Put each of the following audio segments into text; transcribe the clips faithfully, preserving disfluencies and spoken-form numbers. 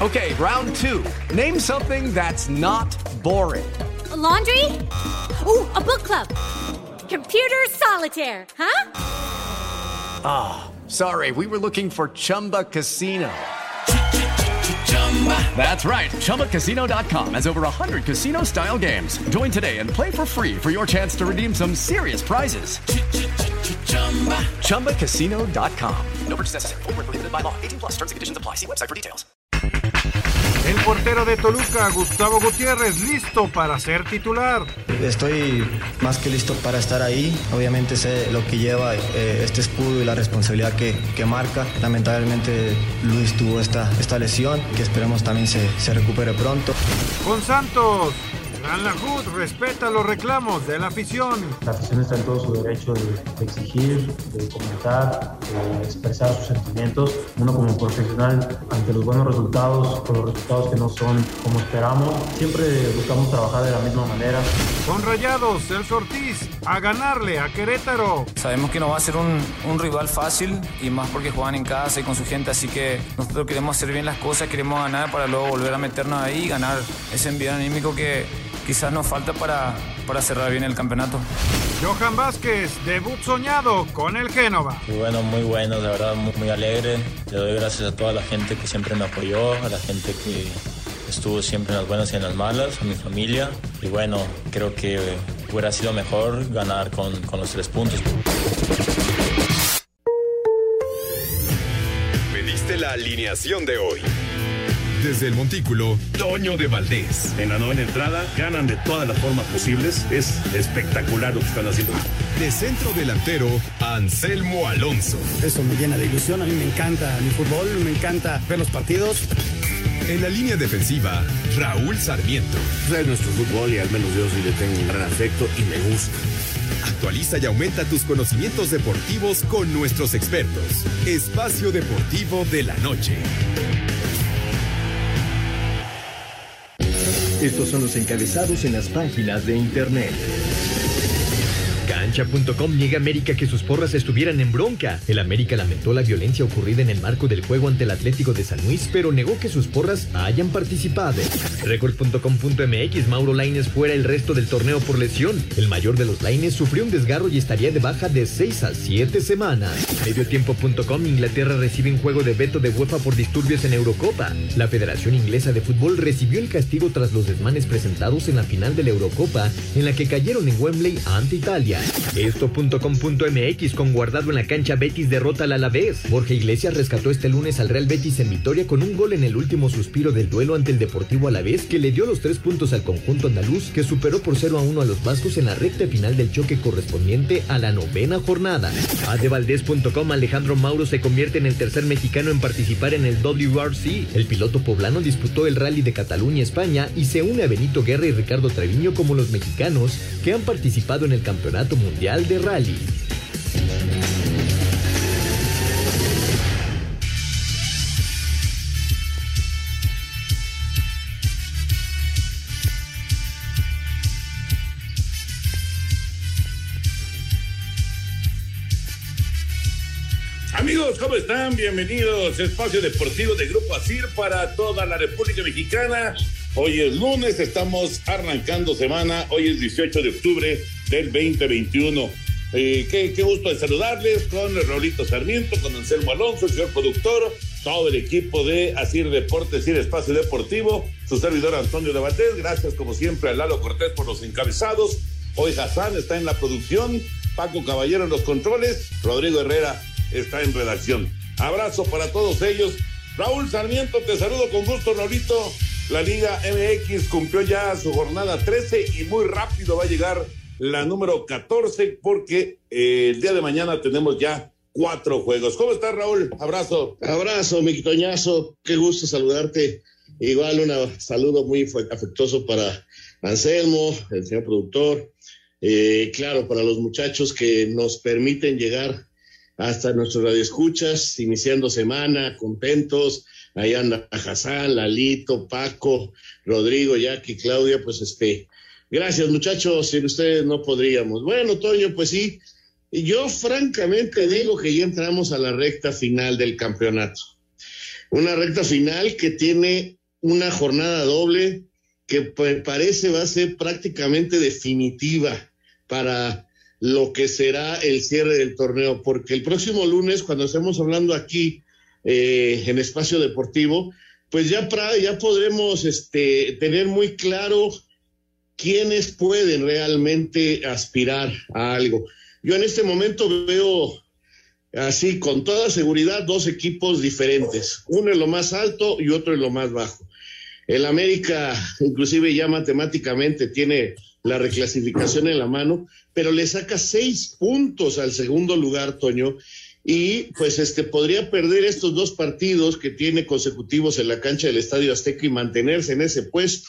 Okay, round two. Name something that's not boring. A laundry? Ooh, a book club. Computer solitaire, huh? Ah, oh, sorry, we were looking for Chumba Casino. That's right, Chumba Casino dot com has over one hundred casino-style games. Join today and play for free for your chance to redeem some serious prizes. Chumba Casino dot com. No purchase necessary. Void where prohibited by law. eighteen plus terms and conditions apply. See website for details. El portero de Toluca, Gustavo Gutiérrez, listo para ser titular. Estoy más que listo para estar ahí. Obviamente sé lo que lleva eh, este escudo y la responsabilidad que, que marca. Lamentablemente Luis tuvo esta, esta lesión, que esperemos también se, se recupere pronto. Con Santos, Gran Lajud respeta los reclamos de la afición. La afición está en todo su derecho de, de exigir, de comentar, de expresar sus sentimientos. Uno como profesional, ante los buenos resultados, con los resultados que no son como esperamos, siempre buscamos trabajar de la misma manera. Con Rayados, Celso Ortiz, a ganarle a Querétaro. Sabemos que no va a ser un, un rival fácil, y más porque juegan en casa y con su gente, así que nosotros queremos hacer bien las cosas, queremos ganar para luego volver a meternos ahí y ganar ese envío anímico que quizás nos falta para, para cerrar bien el campeonato. Johan Vázquez, debut soñado con el Génova. Muy bueno, muy bueno, de verdad, muy, muy alegre. Le doy gracias a toda la gente que siempre me apoyó, a la gente que estuvo siempre en las buenas y en las malas, a mi familia. Y bueno, creo que hubiera sido mejor ganar con, con los tres puntos. Pediste la alineación de hoy. Desde el Montículo, Toño de Valdés. En la novena entrada, ganan de todas las formas posibles. Es espectacular lo que están haciendo. De centro delantero, Anselmo Alonso. Eso me llena de ilusión. A mí me encanta mi fútbol, me encanta ver los partidos. En la línea defensiva, Raúl Sarmiento. Es nuestro fútbol y al menos yo sí le tengo un gran afecto y me gusta. Actualiza y aumenta tus conocimientos deportivos con nuestros expertos. Espacio Deportivo de la Noche. Estos son los encabezados en las páginas de internet. Cancha punto com niega a América que sus porras estuvieran en bronca. El América lamentó la violencia ocurrida en el marco del juego ante el Atlético de San Luis, pero negó que sus porras hayan participado. Record punto com punto m x, Mauro Lainez fuera el resto del torneo por lesión. El mayor de los Lainez sufrió un desgarro y estaría de baja de seis a siete semanas. Mediotiempo punto com, Inglaterra recibe un juego de veto de UEFA por disturbios en Eurocopa. La Federación Inglesa de Fútbol recibió el castigo tras los desmanes presentados en la final de la Eurocopa, en la que cayeron en Wembley ante Italia. Esto punto com punto m x, con Guardado en la cancha, Betis derrota al Alavés. Borja Iglesias rescató este lunes al Real Betis en victoria con un gol en el último suspiro del duelo ante el Deportivo Alavés, que le dio los tres puntos al conjunto andaluz, que superó por cero a uno a los vascos en la recta final del choque correspondiente a la novena jornada. A de Valdés punto com, Alejandro Mauro se convierte en el tercer mexicano en participar en el W R C. El piloto poblano disputó el Rally de Cataluña, España, y se une a Benito Guerra y Ricardo Treviño como los mexicanos que han participado en el Campeonato Mundial de Rally. Amigos, ¿cómo están? Bienvenidos a Espacio Deportivo de Grupo ASIR para toda la República Mexicana. Hoy es lunes, estamos arrancando semana, hoy es dieciocho de octubre del veinte veintiuno. Eh, qué, qué gusto de saludarles con Raulito Sarmiento, con Anselmo Alonso, el señor productor, todo el equipo de ASIR Deportes, ASIR Espacio Deportivo, su servidor Antonio de Valdés. Gracias como siempre a Lalo Cortés por los encabezados. Hoy Hassan está en la producción, Paco Caballero en los controles, Rodrigo Herrera está en redacción. Abrazo para todos ellos. Raúl Sarmiento, te saludo con gusto, Raulito. La Liga M X cumplió ya su jornada trece y muy rápido va a llegar la número catorce porque eh, el día de mañana tenemos ya cuatro juegos. ¿Cómo estás, Raúl? Abrazo. Abrazo, mi Toñazo. Qué gusto saludarte. Igual un saludo muy afectuoso para Anselmo, el señor productor. Eh, claro, para los muchachos que nos permiten llegar hasta nuestros radioescuchas, iniciando semana, contentos. Ahí anda Hassan, Lalito, Paco, Rodrigo, Jackie, Claudia, pues este, gracias muchachos, sin ustedes no podríamos. Bueno, Toño, pues sí, yo francamente digo que ya entramos a la recta final del campeonato. Una recta final que tiene una jornada doble que parece va a ser prácticamente definitiva para lo que será el cierre del torneo, porque el próximo lunes, cuando estemos hablando aquí eh, en Espacio Deportivo, pues ya, pra, ya podremos este, tener muy claro quiénes pueden realmente aspirar a algo. Yo en este momento veo así con toda seguridad dos equipos diferentes, uno en lo más alto y otro en lo más bajo. El América inclusive ya matemáticamente tiene la reclasificación en la mano, pero le saca seis puntos al segundo lugar, Toño, y pues este podría perder estos dos partidos que tiene consecutivos en la cancha del Estadio Azteca y mantenerse en ese puesto.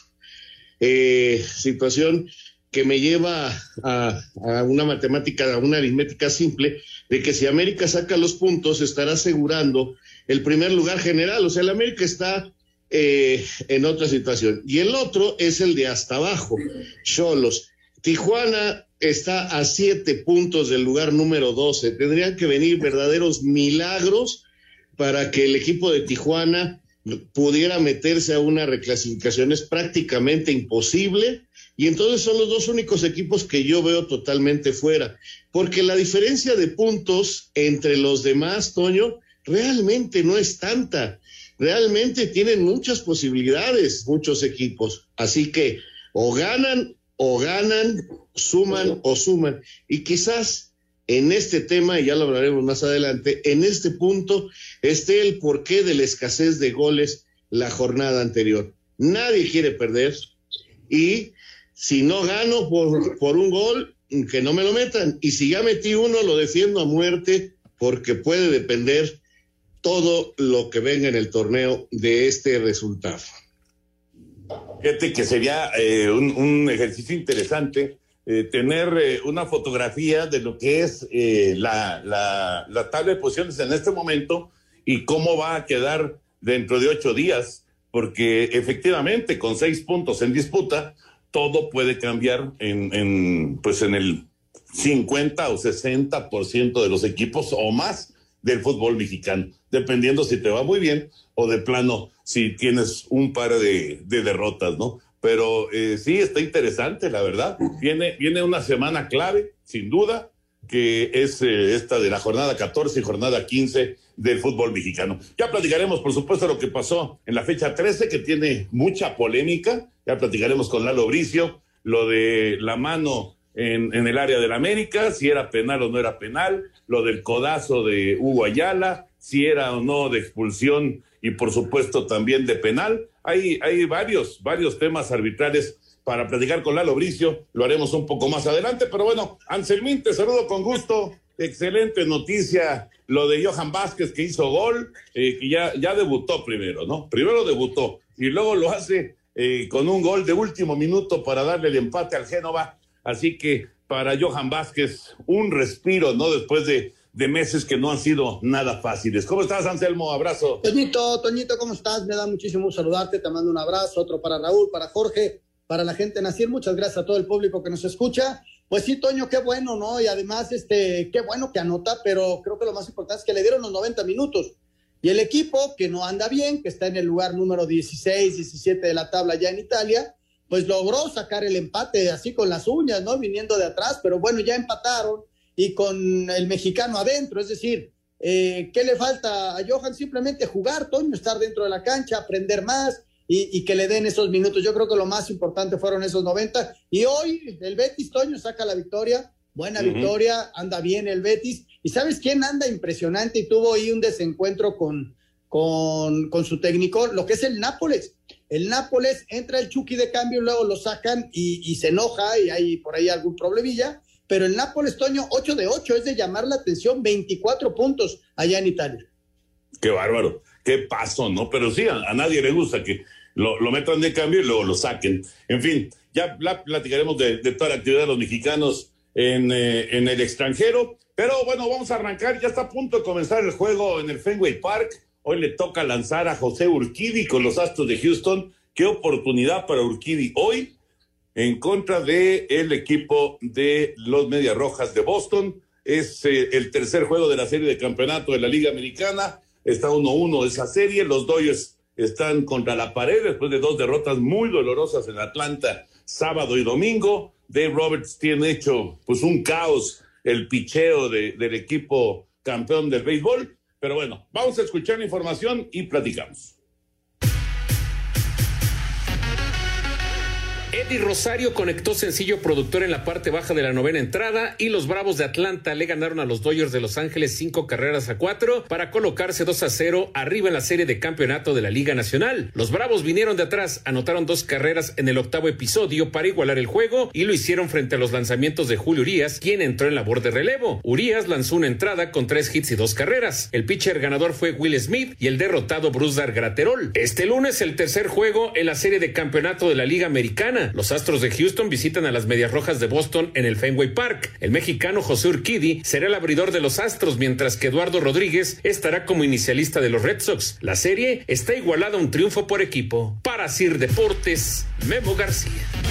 Eh, situación que me lleva a, a una matemática, a una aritmética simple, de que si América saca los puntos, estará asegurando el primer lugar general. O sea, el América está eh, en otra situación. Y el otro es el de hasta abajo, Xolos. Tijuana está a siete puntos del lugar número doce. Tendrían que venir verdaderos milagros para que el equipo de Tijuana pudiera meterse a una reclasificación. Es prácticamente imposible, y entonces son los dos únicos equipos que yo veo totalmente fuera, porque la diferencia de puntos entre los demás, Toño, realmente no es tanta. Realmente tienen muchas posibilidades muchos equipos, así que o ganan o ganan, suman o suman, y quizás en este tema, y ya lo hablaremos más adelante, en este punto esté el porqué de la escasez de goles la jornada anterior. Nadie quiere perder, y si no gano por, por un gol, que no me lo metan, y si ya metí uno, lo defiendo a muerte, porque puede depender todo lo que venga en el torneo de este resultado. Fíjate que sería eh, un, un ejercicio interesante eh, tener eh, una fotografía de lo que es eh, la, la, la tabla de posiciones en este momento y cómo va a quedar dentro de ocho días, porque efectivamente con seis puntos en disputa todo puede cambiar en, en pues en el cincuenta o sesenta por ciento de los equipos o más del fútbol mexicano, dependiendo si te va muy bien o de plano si tienes un par de, de derrotas, ¿no? Pero eh, sí, está interesante, la verdad. Viene, viene una semana clave, sin duda, que es eh, esta de la jornada catorce y jornada quince del fútbol mexicano. Ya platicaremos, por supuesto, lo que pasó en la fecha trece, que tiene mucha polémica. Ya platicaremos con Lalo Bricio, lo de la mano en, en el área del América, si era penal o no era penal, lo del codazo de Hugo Ayala, si era o no de expulsión y por supuesto también de penal. Hay, hay varios, varios temas arbitrales para platicar con Lalo Bricio, lo haremos un poco más adelante, pero bueno, Anselmín, te saludo con gusto, excelente noticia, lo de Johan Vázquez que hizo gol, eh, que ya, ya debutó primero, ¿no? Primero debutó y luego lo hace eh, con un gol de último minuto para darle el empate al Génova, así que para Johan Vázquez, un respiro, ¿no? Después de de meses que no han sido nada fáciles. ¿Cómo estás, Anselmo? Abrazo. Toñito, Toñito, ¿cómo estás? Me da muchísimo saludarte, te mando un abrazo, otro para Raúl, para Jorge, para la gente de Nacir, muchas gracias a todo el público que nos escucha. Pues sí, Toño, qué bueno, ¿no? Y además, este, qué bueno que anota, pero creo que lo más importante es que le dieron los noventa minutos. Y el equipo, que no anda bien, que está en el lugar número dieciséis, diecisiete de la tabla ya en Italia, pues logró sacar el empate así con las uñas, ¿no? Viniendo de atrás, pero bueno, ya empataron. Y con el mexicano adentro, es decir, eh, ¿qué le falta a Johan? Simplemente jugar, Toño, estar dentro de la cancha, aprender más y, y que le den esos minutos. Yo creo que lo más importante fueron esos noventa. Y hoy el Betis, Toño, saca la victoria, buena uh-huh. victoria, anda bien el Betis. ¿Y sabes quién anda impresionante y tuvo ahí un desencuentro con, con, con su técnico? Lo que es el Nápoles. El Nápoles, entra el Chucky de cambio, luego lo sacan y, y se enoja y hay por ahí algún problemilla. Pero el Nápoles, Toño, ocho de ocho, es de llamar la atención, veinticuatro puntos allá en Italia. Qué bárbaro, qué paso, ¿no? Pero sí, a, a nadie le gusta que lo, lo metan de cambio y luego lo saquen. En fin, ya platicaremos de, de toda la actividad de los mexicanos en, eh, en el extranjero. Pero bueno, vamos a arrancar, ya está a punto de comenzar el juego en el Fenway Park. Hoy le toca lanzar a José Urquidy con los Astros de Houston. Qué oportunidad para Urquidy hoy, en contra de el equipo de los Medias Rojas de Boston. Es eh, el tercer juego de la serie de campeonato de la Liga Americana. está uno uno esa serie. Los Dodgers están contra la pared después de dos derrotas muy dolorosas en Atlanta, sábado y domingo. Dave Roberts tiene hecho pues un caos el picheo de, del equipo campeón del béisbol. Pero bueno, vamos a escuchar la información y platicamos. Eddie Rosario conectó sencillo productor en la parte baja de la novena entrada y los Bravos de Atlanta le ganaron a los Dodgers de Los Ángeles cinco carreras a cuatro para colocarse dos a cero arriba en la serie de campeonato de la Liga Nacional. Los Bravos vinieron de atrás, anotaron dos carreras en el octavo episodio para igualar el juego y lo hicieron frente a los lanzamientos de Julio Urías, quien entró en labor de relevo. Urías lanzó una entrada con tres hits y dos carreras. El pitcher ganador fue Will Smith y el derrotado Brusdar Graterol. Este lunes el tercer juego en la serie de campeonato de la Liga Americana. Los Astros de Houston visitan a las Medias Rojas de Boston en el Fenway Park. El mexicano José Urquidy será el abridor de los Astros, mientras que Eduardo Rodríguez estará como inicialista de los Red Sox. La serie está igualada a un triunfo por equipo. Para Sir Deportes, Memo García.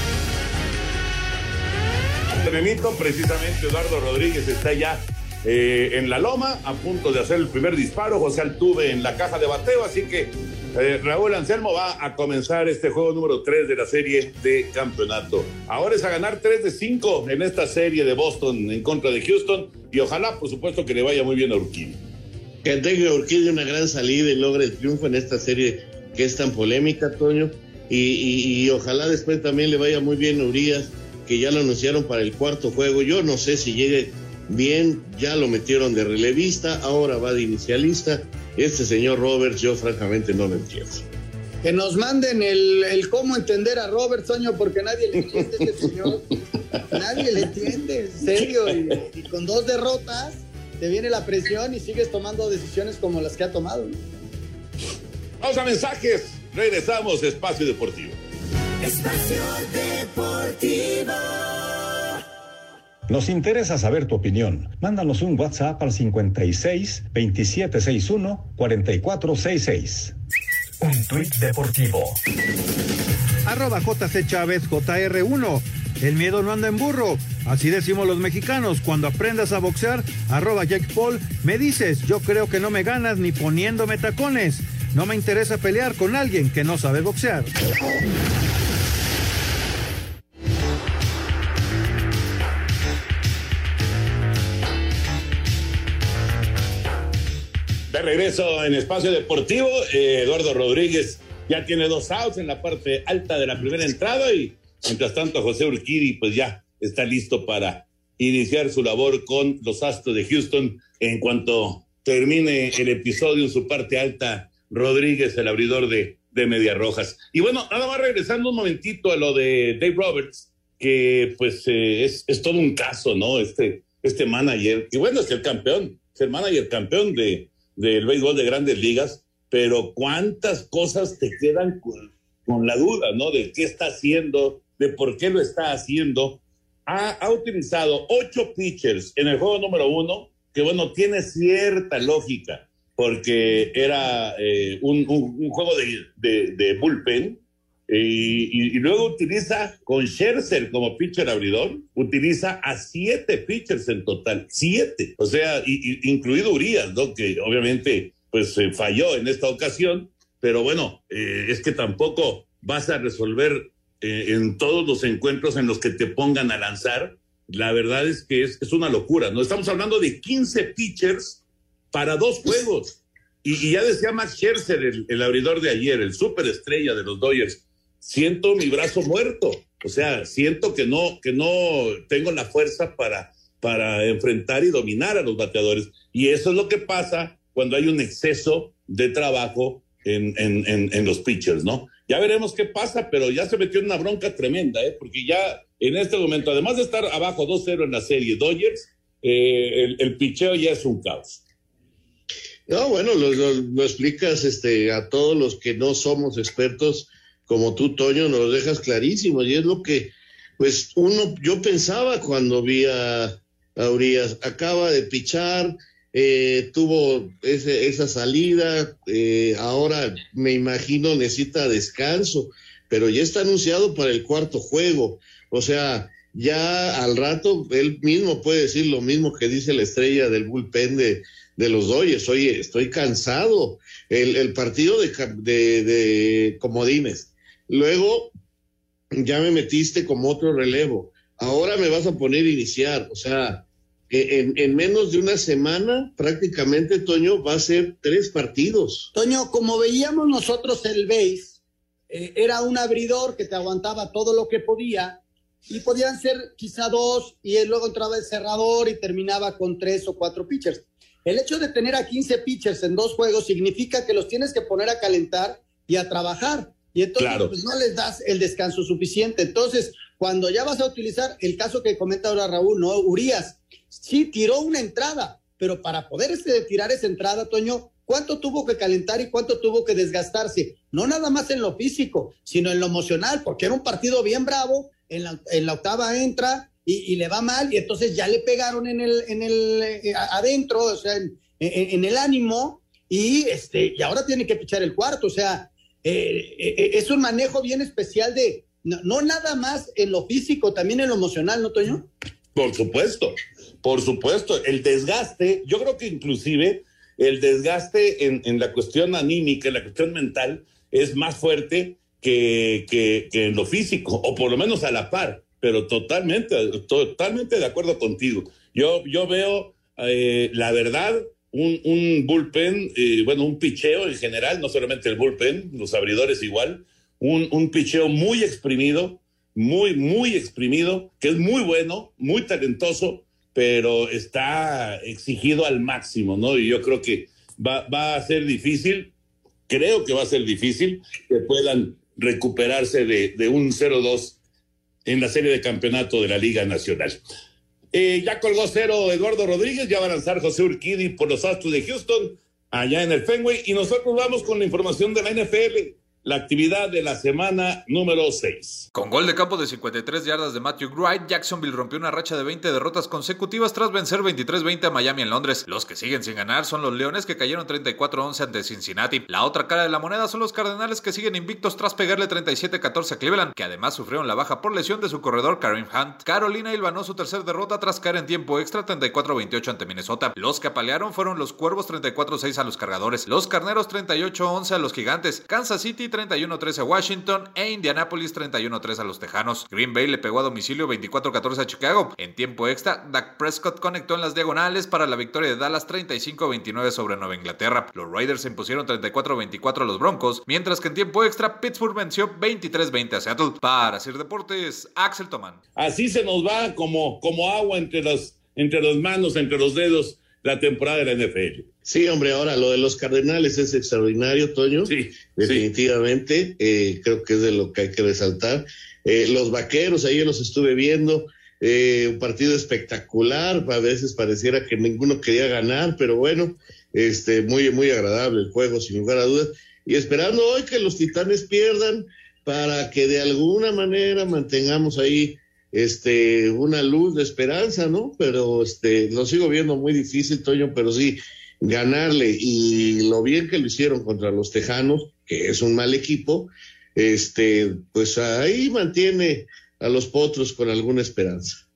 Memito, precisamente Eduardo Rodríguez está ya eh, en la loma, a punto de hacer el primer disparo. José Altuve en la caja de bateo, así que Eh, Raúl Anselmo va a comenzar este juego número tres de la serie de campeonato. Ahora es a ganar tres de cinco en esta serie de Boston en contra de Houston y ojalá, por supuesto, que le vaya muy bien a Urquidy. Que tenga Urquidy una gran salida y logre el triunfo en esta serie que es tan polémica, Toño, y, y, y ojalá después también le vaya muy bien a Urías, que ya lo anunciaron para el cuarto juego. Yo no sé si llegue bien, ya lo metieron de relevista, ahora va de inicialista. Este señor Roberts, yo francamente no lo entiendo. Que nos manden el, el cómo entender a Roberts, Toño, porque nadie le entiende a este señor. Nadie le entiende, en serio. Y, y con dos derrotas te viene la presión y sigues tomando decisiones como las que ha tomado, ¿no? Vamos a mensajes. Regresamos, Espacio Deportivo. Espacio Deportivo. Nos interesa saber tu opinión. Mándanos un WhatsApp al cincuenta y seis, veintisiete sesenta y uno, cuarenta y cuatro sesenta y seis. Un tuit deportivo. Arroba J C Chávez J R uno. El miedo no anda en burro. Así decimos los mexicanos. Cuando aprendas a boxear, arroba Jake Paul, me dices, yo creo que no me ganas ni poniéndome tacones. No me interesa pelear con alguien que no sabe boxear. De regreso en Espacio Deportivo, eh, Eduardo Rodríguez ya tiene dos outs en la parte alta de la primera entrada y mientras tanto José Urquidy pues ya está listo para iniciar su labor con los Astros de Houston. En cuanto termine el episodio en su parte alta, Rodríguez, el abridor de, de Medias Rojas. Y bueno, nada más regresando un momentito a lo de Dave Roberts, que pues eh, es, es todo un caso, ¿no? Este, este manager, y bueno, es el campeón, es el manager campeón de del béisbol de Grandes Ligas, pero cuántas cosas te quedan con, con la duda, ¿no? De qué está haciendo, de por qué lo está haciendo. Ha, ha utilizado ocho pitchers en el juego número uno, que bueno, tiene cierta lógica, porque era eh, un, un, un juego de, de, de bullpen, y, y, y luego utiliza con Scherzer como pitcher abridor, utiliza a siete pitchers en total, siete, o sea, y, y, incluido Urías, ¿no? Que obviamente pues eh, falló en esta ocasión, pero bueno, eh, es que tampoco vas a resolver eh, en todos los encuentros en los que te pongan a lanzar. La verdad es que es, es una locura, ¿no? Estamos hablando de quince pitchers para dos juegos, y, y ya decía Max Scherzer, el, el abridor de ayer, el superestrella de los Dodgers, siento mi brazo muerto, o sea, siento que no, que no tengo la fuerza para, para enfrentar y dominar a los bateadores, y eso es lo que pasa cuando hay un exceso de trabajo en, en, en, en los pitchers, ¿no? Ya veremos qué pasa, pero ya se metió en una bronca tremenda, ¿eh? Porque ya en este momento, además de estar abajo dos cero en la serie Dodgers, eh, el, el picheo ya es un caos. No, bueno, lo, lo, lo explicas este, a todos los que no somos expertos como tú, Toño, nos lo dejas clarísimo, y es lo que, pues, uno, yo pensaba cuando vi a, a Urías, acaba de pichar, eh, tuvo ese, esa salida, eh, ahora me imagino necesita descanso, pero ya está anunciado para el cuarto juego, o sea, ya al rato él mismo puede decir lo mismo que dice la estrella del bullpen de, de los Dodgers. Oye, estoy cansado. El, el partido de, de, de comodines. Luego ya me metiste como otro relevo. Ahora me vas a poner a iniciar. O sea, en, en menos de una semana, prácticamente, Toño, va a ser tres partidos. Toño, como veíamos nosotros el base, eh, era un abridor que te aguantaba todo lo que podía, y podían ser quizá dos, y él luego entraba el cerrador y terminaba con tres o cuatro pitchers. El hecho de tener a quince pitchers en dos juegos significa que los tienes que poner a calentar y a trabajar, y entonces claro, pues no les das el descanso suficiente. Entonces, cuando ya vas a utilizar el caso que comenta ahora Raúl, ¿no? Urias, sí tiró una entrada, pero para poder este, tirar esa entrada, Toño, ¿cuánto tuvo que calentar y cuánto tuvo que desgastarse? No nada más en lo físico, sino en lo emocional, porque era un partido bien bravo. En la, en la octava entra y, y le va mal, y entonces ya le pegaron en el, en el eh, adentro, o sea, en, en, en el ánimo, y este, y ahora tiene que pichar el cuarto. O sea, eh, eh, es un manejo bien especial de, no, no nada más en lo físico, también en lo emocional, ¿no, Toño? Por supuesto, por supuesto, el desgaste, yo creo que inclusive el desgaste en, en la cuestión anímica, en la cuestión mental, es más fuerte Que, que, que en lo físico, o por lo menos a la par, pero totalmente, totalmente de acuerdo contigo. Yo, yo veo, eh, la verdad, un, un bullpen, eh, bueno, un picheo en general, no solamente el bullpen, los abridores igual, un, un picheo muy exprimido, muy, muy exprimido, que es muy bueno, muy talentoso, pero está exigido al máximo, ¿no? Y yo creo que va, va a ser difícil, creo que va a ser difícil que puedan recuperarse de, de un cero dos en la serie de campeonato de la Liga Nacional. Eh, ya colgó cero Eduardo Rodríguez, ya va a lanzar José Urquidi por los Astros de Houston, allá en el Fenway, y nosotros vamos con la información de la N F L, la actividad de la semana número seis. Con gol de campo de cincuenta y tres yardas de Matthew Wright, Jacksonville rompió una racha de veinte derrotas consecutivas tras vencer veintitrés veinte a Miami en Londres. Los que siguen sin ganar son los Leones, que cayeron treinta y cuatro a once ante Cincinnati. La otra cara de la moneda son los Cardenales, que siguen invictos tras pegarle treinta y siete catorce a Cleveland, que además sufrieron la baja por lesión de su corredor Kareem Hunt. Carolina hilvanó su tercer derrota tras caer en tiempo extra treinta y cuatro veintiocho ante Minnesota. Los que apalearon fueron los Cuervos treinta y cuatro seis a los Cargadores, los Carneros treinta y ocho once a los Gigantes, Kansas City treinta y uno trece a Washington e Indianapolis treinta y uno tres a los Tejanos. Green Bay le pegó a domicilio veinticuatro catorce a Chicago. En tiempo extra, Dak Prescott conectó en las diagonales para la victoria de Dallas treinta y cinco veintinueve sobre Nueva Inglaterra. Los Raiders se impusieron treinta y cuatro veinticuatro a los Broncos, mientras que en tiempo extra Pittsburgh venció veintitrés veinte a Seattle. Para Sir Deportes, Axel Tomán. Así se nos va como, como agua entre las, entre las manos, entre los dedos, la temporada de la N F L. Sí, hombre, ahora lo de los Cardenales es extraordinario, Toño. Sí, definitivamente. Sí. Eh, creo que es de lo que hay que resaltar. Eh, los Vaqueros, ahí los estuve viendo. Eh, un partido espectacular. A veces pareciera que ninguno quería ganar, pero bueno, este, muy, muy agradable el juego, sin lugar a dudas. Y esperando hoy que los Titanes pierdan para que de alguna manera mantengamos ahí este, una luz de esperanza, ¿no? Pero este, lo sigo viendo muy difícil, Toño, pero sí, ganarle, y lo bien que lo hicieron contra los Tejanos, que es un mal equipo, este, pues ahí mantiene a los Potros con alguna esperanza.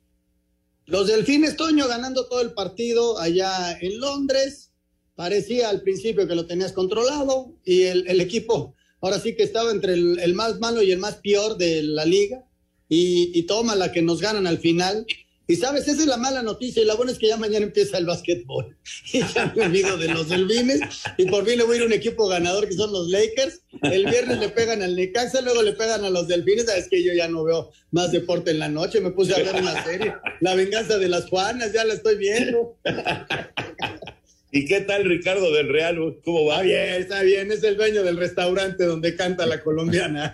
Los Delfines, Toño, ganando todo el partido allá en Londres, parecía al principio que lo tenías controlado, y el, el equipo ahora sí que estaba entre el, el más malo y el más peor de la liga, y, y toma la que nos ganan al final. Y sabes, esa es la mala noticia, y la buena es que ya mañana empieza el básquetbol. Y ya me olvido de los Delfines, y por fin le voy a ir a un equipo ganador que son los Lakers. El viernes le pegan al Necaxa, luego le pegan a los Delfines. Sabes que yo ya no veo más deporte en la noche, me puse a ver una serie, La venganza de las Juanas, ya la estoy viendo. ¿Y qué tal Ricardo del Real? ¿Cómo va? Está bien, está bien, es el dueño del restaurante donde canta la colombiana.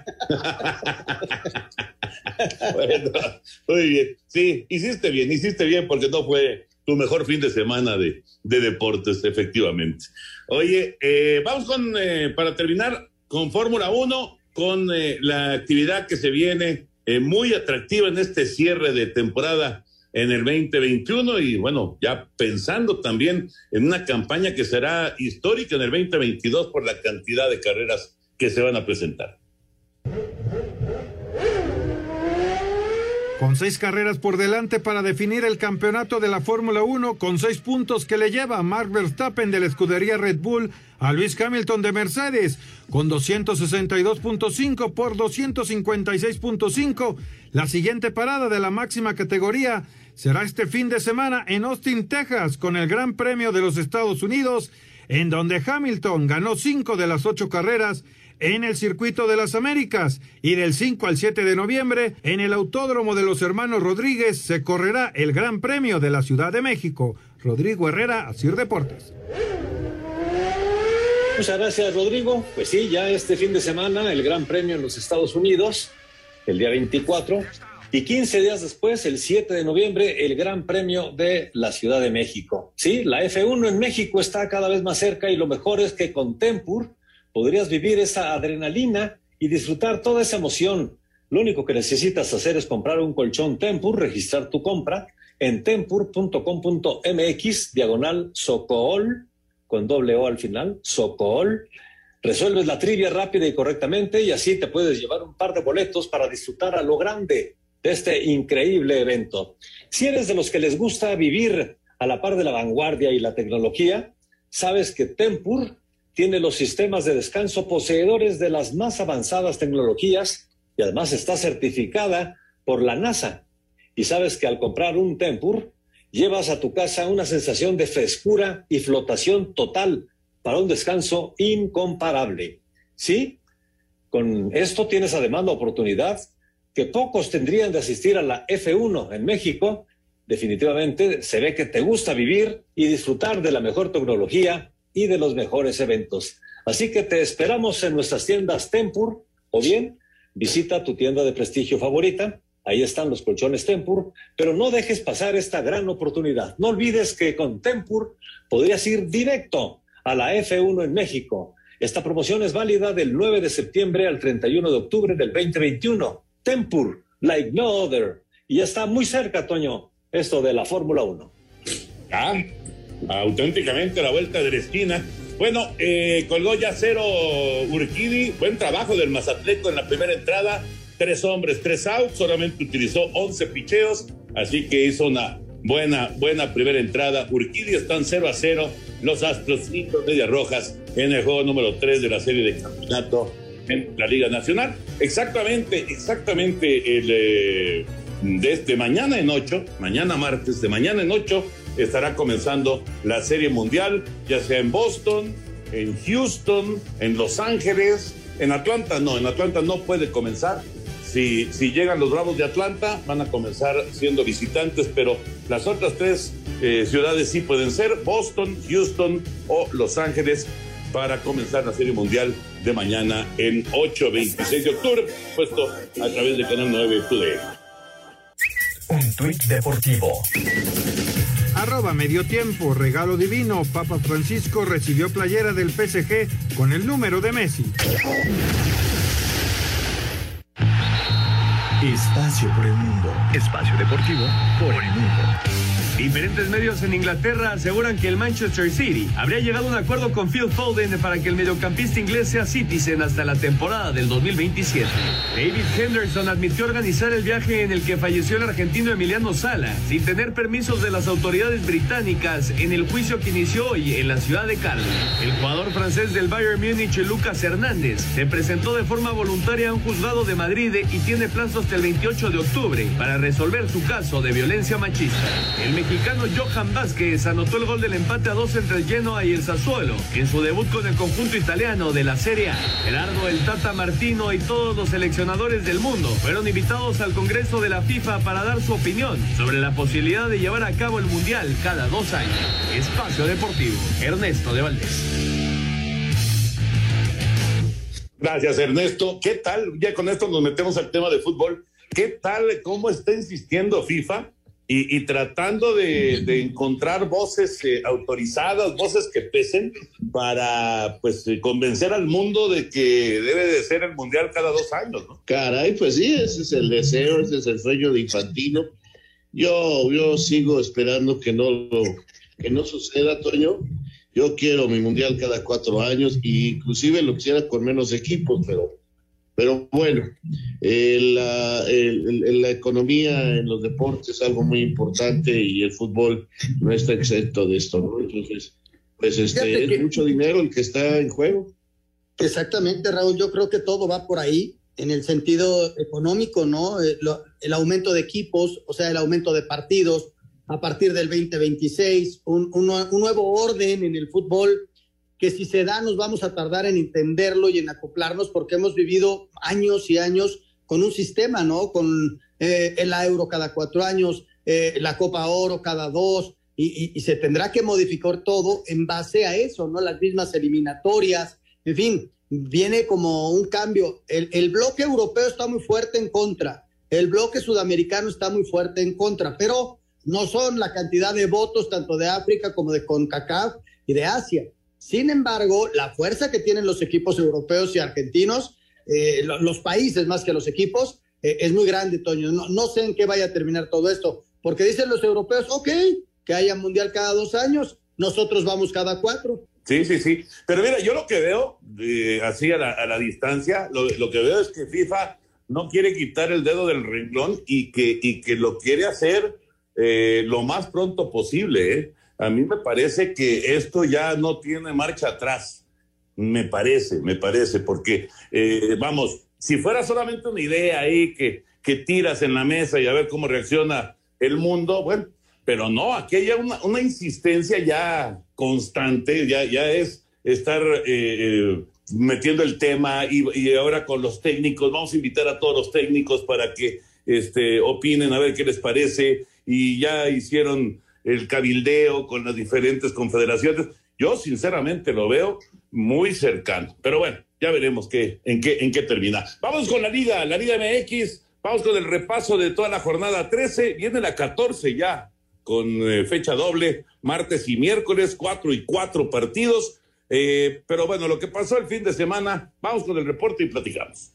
Bueno, muy bien. Sí, hiciste bien, hiciste bien, porque no fue tu mejor fin de semana de, de deportes, efectivamente. Oye, eh, vamos con, eh, para terminar, con Fórmula uno, con eh, la actividad que se viene eh, muy atractiva en este cierre de temporada en el veinte veintiuno, y bueno, ya pensando también en una campaña que será histórica en el veinte veintidós por la cantidad de carreras que se van a presentar. Con seis carreras por delante para definir el campeonato de la Fórmula uno, con seis puntos que le lleva a Max Verstappen de la escudería Red Bull a Lewis Hamilton de Mercedes, con doscientos sesenta y dos punto cinco por doscientos cincuenta y seis punto cinco. La siguiente parada de la máxima categoría será este fin de semana en Austin, Texas, con el Gran Premio de los Estados Unidos, en donde Hamilton ganó cinco de las ocho carreras en el Circuito de las Américas, y del cinco al siete de noviembre en el Autódromo de los Hermanos Rodríguez se correrá el Gran Premio de la Ciudad de México. Rodrigo Herrera, Asir Deportes. Muchas gracias, Rodrigo. Pues sí, ya este fin de semana el Gran Premio en los Estados Unidos, el día veinticuatro, y quince días después, el siete de noviembre, el Gran Premio de la Ciudad de México. Sí, la F uno en México está cada vez más cerca, y lo mejor es que con Tempur podrías vivir esa adrenalina y disfrutar toda esa emoción. Lo único que necesitas hacer es comprar un colchón Tempur, registrar tu compra en tempur punto com punto m x, diagonal Socool, con doble O al final, Socool. Resuelves la trivia rápida y correctamente, y así te puedes llevar un par de boletos para disfrutar a lo grande de este increíble evento. Si eres de los que les gusta vivir a la par de la vanguardia y la tecnología, sabes que Tempur tiene los sistemas de descanso poseedores de las más avanzadas tecnologías, y además está certificada por la NASA. Y sabes que al comprar un Tempur, llevas a tu casa una sensación de frescura y flotación total para un descanso incomparable. ¿Sí? Con esto tienes además la oportunidad que pocos tendrían de asistir a la F uno en México. Definitivamente se ve que te gusta vivir y disfrutar de la mejor tecnología y de los mejores eventos. Así que te esperamos en nuestras tiendas Tempur, o bien visita tu tienda de prestigio favorita. Ahí están los colchones Tempur, pero no dejes pasar esta gran oportunidad. No olvides que con Tempur podrías ir directo a la F uno en México. Esta promoción es válida del nueve de septiembre al treinta y uno de octubre del veinte veintiuno. Tempur, like no other. Y ya está muy cerca, Toño, esto de la Fórmula uno. Ah, auténticamente a la vuelta de la esquina. Bueno, eh, colgó ya cero Urquidi. Buen trabajo del Mazatleco en la primera entrada. Tres hombres, tres outs. Solamente utilizó once picheos. Así que hizo una buena, buena primera entrada. Urquidi están cero a cero. Los Astros y los Medias Rojas en el juego número tres de la serie de campeonato en la Liga Nacional. Exactamente, exactamente el eh, desde mañana en ocho, mañana martes, de mañana en ocho, estará comenzando la Serie Mundial, ya sea en Boston, en Houston, en Los Ángeles, en Atlanta no, en Atlanta no puede comenzar. Si, si llegan los Bravos de Atlanta, van a comenzar siendo visitantes, pero las otras tres eh, ciudades sí pueden ser, Boston, Houston o Los Ángeles, para comenzar la Serie Mundial de mañana en ocho veintiséis de octubre, puesto a través de Canal nueve Today. Un tuit deportivo. Arroba medio tiempo, regalo divino. Papa Francisco recibió playera del P S G con el número de Messi. Espacio por el mundo. Espacio deportivo por el mundo. Diferentes medios en Inglaterra aseguran que el Manchester City habría llegado a un acuerdo con Phil Foden para que el mediocampista inglés sea Citizen hasta la temporada del dos mil veintisiete. David Henderson admitió organizar el viaje en el que falleció el argentino Emiliano Sala, sin tener permisos de las autoridades británicas en el juicio que inició hoy en la ciudad de Cardiff. El jugador francés del Bayern Múnich, Lucas Hernández, se presentó de forma voluntaria a un juzgado de Madrid y tiene plazo hasta el veintiocho de octubre para resolver su caso de violencia machista. El mexicano Johan Vázquez anotó el gol del empate a dos entre el Genoa y el Sassuolo en su debut con el conjunto italiano de la Serie A. Gerardo el Tata Martino y todos los seleccionadores del mundo fueron invitados al Congreso de la FIFA para dar su opinión sobre la posibilidad de llevar a cabo el Mundial cada dos años. Espacio Deportivo, Ernesto de Valdés. Gracias, Ernesto. ¿Qué tal? Ya con esto nos metemos al tema de fútbol. ¿Qué tal? ¿Cómo está insistiendo FIFA? Y, y tratando de, de encontrar voces eh, autorizadas, voces que pesen para pues convencer al mundo de que debe de ser el Mundial cada dos años, ¿no? Caray, pues sí, ese es el deseo, ese es el sueño de Infantino. Yo, yo sigo esperando que no lo, que no suceda, Toño. Yo quiero mi Mundial cada cuatro años, e inclusive lo quisiera con menos equipos, pero Pero bueno, eh, la, el, el, la economía en los deportes es algo muy importante y el fútbol no está exento de esto, ¿no? Entonces, pues este es que... mucho dinero el que está en juego. Exactamente, Raúl, yo creo que todo va por ahí, en el sentido económico, ¿no? El, el aumento de equipos, o sea, el aumento de partidos a partir del veinte veintiséis, un, un, un nuevo orden en el fútbol, que si se da nos vamos a tardar en entenderlo y en acoplarnos, porque hemos vivido años y años con un sistema, ¿no? Con eh, el Euro cada cuatro años, eh, la Copa Oro cada dos, y, y, y se tendrá que modificar todo en base a eso, ¿no? Las mismas eliminatorias, en fin, viene como un cambio. El, el bloque europeo está muy fuerte en contra, el bloque sudamericano está muy fuerte en contra, pero no son la cantidad de votos tanto de África como de CONCACAF y de Asia. Sin embargo, la fuerza que tienen los equipos europeos y argentinos, eh, los países más que los equipos, eh, es muy grande, Toño. No, no sé en qué vaya a terminar todo esto, porque dicen los europeos, ok, que haya mundial cada dos años, nosotros vamos cada cuatro. Sí, sí, sí. Pero mira, yo lo que veo, eh, así a la, a la distancia, lo, lo que veo es que FIFA no quiere quitar el dedo del renglón y que, y que lo quiere hacer eh, lo más pronto posible, ¿eh? A mí me parece que esto ya no tiene marcha atrás. Me parece, me parece, porque, eh, vamos, si fuera solamente una idea ahí que, que tiras en la mesa y a ver cómo reacciona el mundo, bueno, pero no, aquí hay una, una insistencia ya constante, ya, ya es estar eh, metiendo el tema y, y ahora con los técnicos, vamos a invitar a todos los técnicos para que este, opinen, a ver qué les parece, y ya hicieron el cabildeo con las diferentes confederaciones. Yo sinceramente lo veo muy cercano, pero bueno, ya veremos qué, en qué, en qué termina. Vamos con la Liga, la Liga M X, vamos con el repaso de toda la jornada trece, viene la catorce ya, con eh, fecha doble, martes y miércoles, cuatro y cuatro partidos, eh, pero bueno, lo que pasó el fin de semana, vamos con el reporte y platicamos.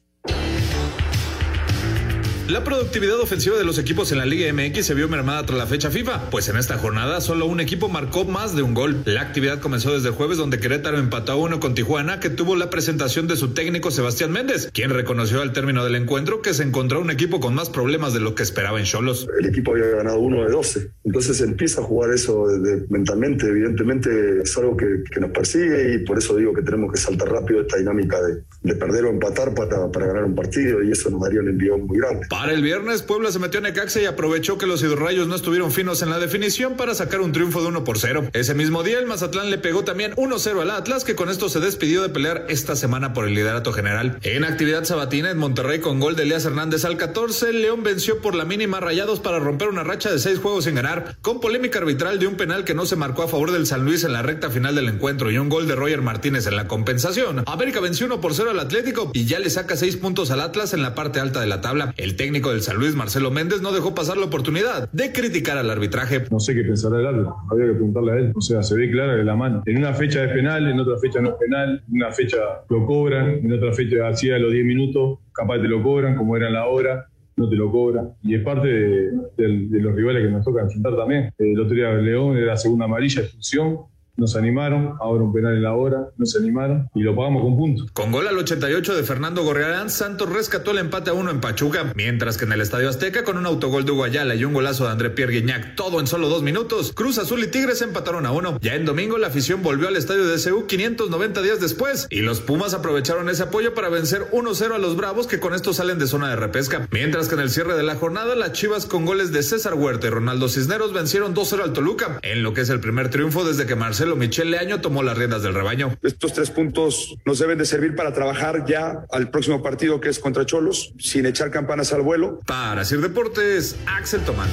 La productividad ofensiva de los equipos en la Liga M X se vio mermada tras la fecha FIFA, pues en esta jornada solo un equipo marcó más de un gol. La actividad comenzó desde el jueves, donde Querétaro empató a uno con Tijuana, que tuvo la presentación de su técnico Sebastián Méndez, quien reconoció al término del encuentro que se encontró un equipo con más problemas de lo que esperaba en Xolos. El equipo había ganado uno de doce, entonces empieza a jugar eso de, de, mentalmente, evidentemente es algo que, que nos persigue, y por eso digo que tenemos que saltar rápido esta dinámica de, de perder o empatar para, para ganar un partido, y eso nos daría un envión muy grande. Para el viernes, Puebla se metió a Necaxa y aprovechó que los hidrorrayos no estuvieron finos en la definición para sacar un triunfo de uno por cero. Ese mismo día, el Mazatlán le pegó también uno cero al Atlas, que con esto se despidió de pelear esta semana por el liderato general. En actividad sabatina, en Monterrey, con gol de Elías Hernández al catorce, León venció por la mínima a Rayados para romper una racha de seis juegos sin ganar, con polémica arbitral de un penal que no se marcó a favor del San Luis en la recta final del encuentro y un gol de Roger Martínez en la compensación. América venció uno por cero al Atlético y ya le saca seis puntos al Atlas en la parte alta de la tabla. El técnico del San Luis, Marcelo Méndez, no dejó pasar la oportunidad de criticar al arbitraje. No sé qué pensará el árbitro, había que preguntarle a él. O sea, se ve clara de la mano. En una fecha es penal, en otra fecha no es penal, en una fecha lo cobran, en otra fecha hacía los diez minutos, capaz te lo cobran, como era en la hora, no te lo cobran. Y es parte de, de, de los rivales que nos toca enfrentar también. El otro día León era segunda amarilla, expulsión. Nos animaron, ahora un penal en la hora, no se animaron y lo pagamos con puntos. Con gol al ochenta y ocho de Fernando Gorriarán, Santos rescató el empate a uno en Pachuca, mientras que en el Estadio Azteca, con un autogol de Hugo Ayala y un golazo de André Pierre Guignac, todo en solo dos minutos, Cruz Azul y Tigres empataron a uno. Ya en domingo, la afición volvió al estadio de C U quinientos noventa días después, y los Pumas aprovecharon ese apoyo para vencer uno cero a los Bravos, que con esto salen de zona de repesca. Mientras que en el cierre de la jornada, las Chivas, con goles de César Huerta y Ronaldo Cisneros, vencieron dos cero al Toluca, en lo que es el primer triunfo desde que Marcelo Michel Leaño tomó las riendas del rebaño. Estos tres puntos nos deben de servir para trabajar ya al próximo partido, que es contra Xolos, sin echar campanas al vuelo. Para Sir Deportes, Axel Tomán.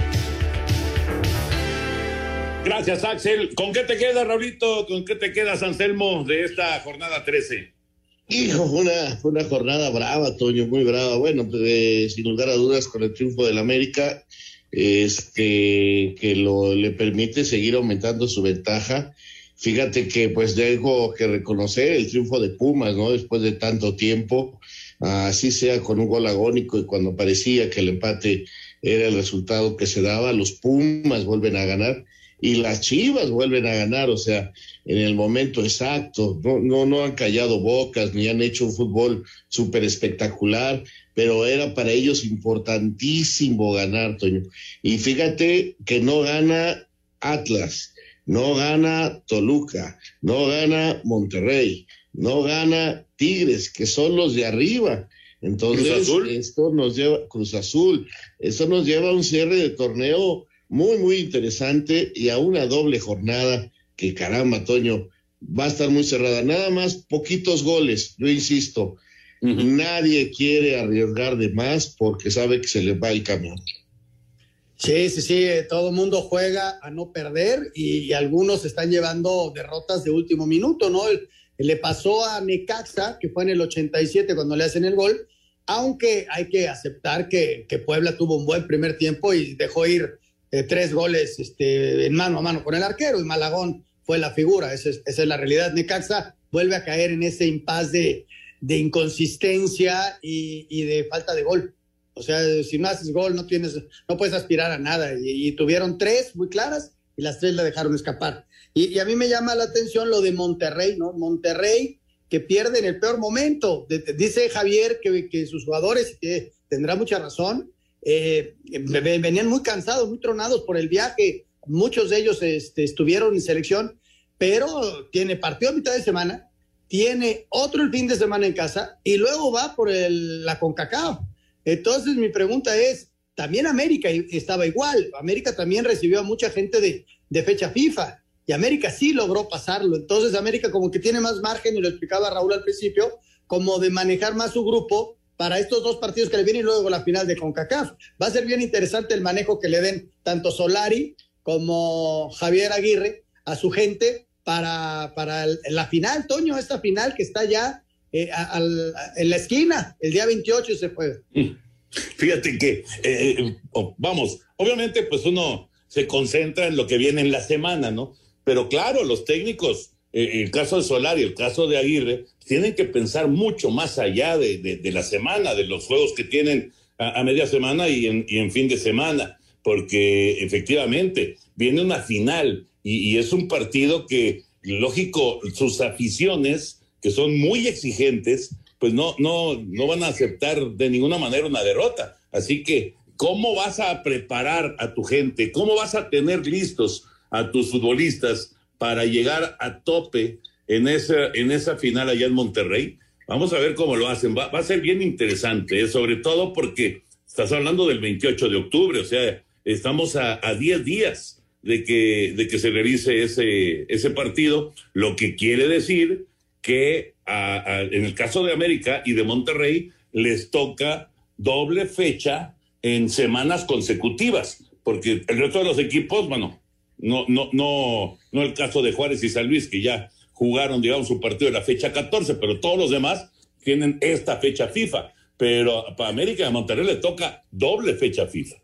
Gracias, Axel. ¿Con qué te queda, Raulito? ¿Con qué te quedas, Anselmo, de esta jornada trece? Hijo, fue una, fue una jornada brava, Toño, muy brava. Bueno, pues, eh, sin lugar a dudas, con el triunfo del América, este, que lo, le permite seguir aumentando su ventaja. Fíjate que pues tengo que reconocer el triunfo de Pumas, ¿no? Después de tanto tiempo, así sea con un gol agónico, y cuando parecía que el empate era el resultado que se daba, los Pumas vuelven a ganar y las Chivas vuelven a ganar, o sea, en el momento exacto. No, no, no han callado bocas ni han hecho un fútbol súper espectacular, pero era para ellos importantísimo ganar, Toño. Y fíjate que no gana Atlas, no gana Toluca, no gana Monterrey, no gana Tigres, que son los de arriba. Entonces, esto nos lleva, Cruz Azul, esto nos lleva a un cierre de torneo muy, muy interesante y a una doble jornada que, caramba, Toño, va a estar muy cerrada. Nada más poquitos goles, yo insisto. Uh-huh. Nadie quiere arriesgar de más porque sabe que se le va el camión. Sí, sí, sí, todo el mundo juega a no perder y, y algunos están llevando derrotas de último minuto, ¿no? El, le pasó a Necaxa, que fue en el ochenta y siete cuando le hacen el gol, aunque hay que aceptar que, que Puebla tuvo un buen primer tiempo y dejó ir eh, tres goles este, en mano a mano con el arquero, y Malagón fue la figura. Esa es, esa es la realidad. Necaxa vuelve a caer en ese impas de, de inconsistencia y, y de falta de gol. O sea, si no haces gol, no tienes, no puedes aspirar a nada. Y, y tuvieron tres muy claras y las tres la dejaron escapar. Y, y a mí me llama la atención lo de Monterrey, ¿no? Monterrey, que pierde en el peor momento. De, de, dice Javier que, que sus jugadores, que tendrá mucha razón, eh, venían muy cansados, muy tronados por el viaje. Muchos de ellos este, estuvieron en selección, pero tiene partido a mitad de semana, tiene otro el fin de semana en casa y luego va por el, la CONCACAF. Entonces mi pregunta es, también América estaba igual. América también recibió a mucha gente de, de fecha FIFA y América sí logró pasarlo. Entonces América como que tiene más margen, y lo explicaba Raúl al principio, como de manejar más su grupo para estos dos partidos que le vienen y luego la final de CONCACAF. Va a ser bien interesante el manejo que le den tanto Solari como Javier Aguirre a su gente para, para el, la final, Toño, esta final que está ya eh, a, a, en la esquina, el día veintiocho se juega. Fíjate que, eh, vamos, obviamente pues uno se concentra en lo que viene en la semana, ¿no? Pero claro, los técnicos, eh, el caso de Solari, el caso de Aguirre, tienen que pensar mucho más allá de, de, de la semana, de los juegos que tienen a, a media semana y en, y en fin de semana, porque efectivamente viene una final y, y es un partido que, lógico, sus aficiones, que son muy exigentes, pues no, no, no van a aceptar de ninguna manera una derrota. Así que, ¿cómo vas a preparar a tu gente? ¿Cómo vas a tener listos a tus futbolistas para llegar a tope en esa, en esa final allá en Monterrey? Vamos a ver cómo lo hacen. Va, va a ser bien interesante, ¿eh? Sobre todo porque estás hablando del veintiocho de octubre, o sea, estamos a, a diez días de que, de que se realice ese, ese partido, lo que quiere decir que a, a, en el caso de América y de Monterrey les toca doble fecha en semanas consecutivas, porque el resto de los equipos, bueno, no, no, no, no el caso de Juárez y San Luis, que ya jugaron, digamos, su partido de la fecha catorce, pero todos los demás tienen esta fecha FIFA, pero para América y a Monterrey le toca doble fecha FIFA.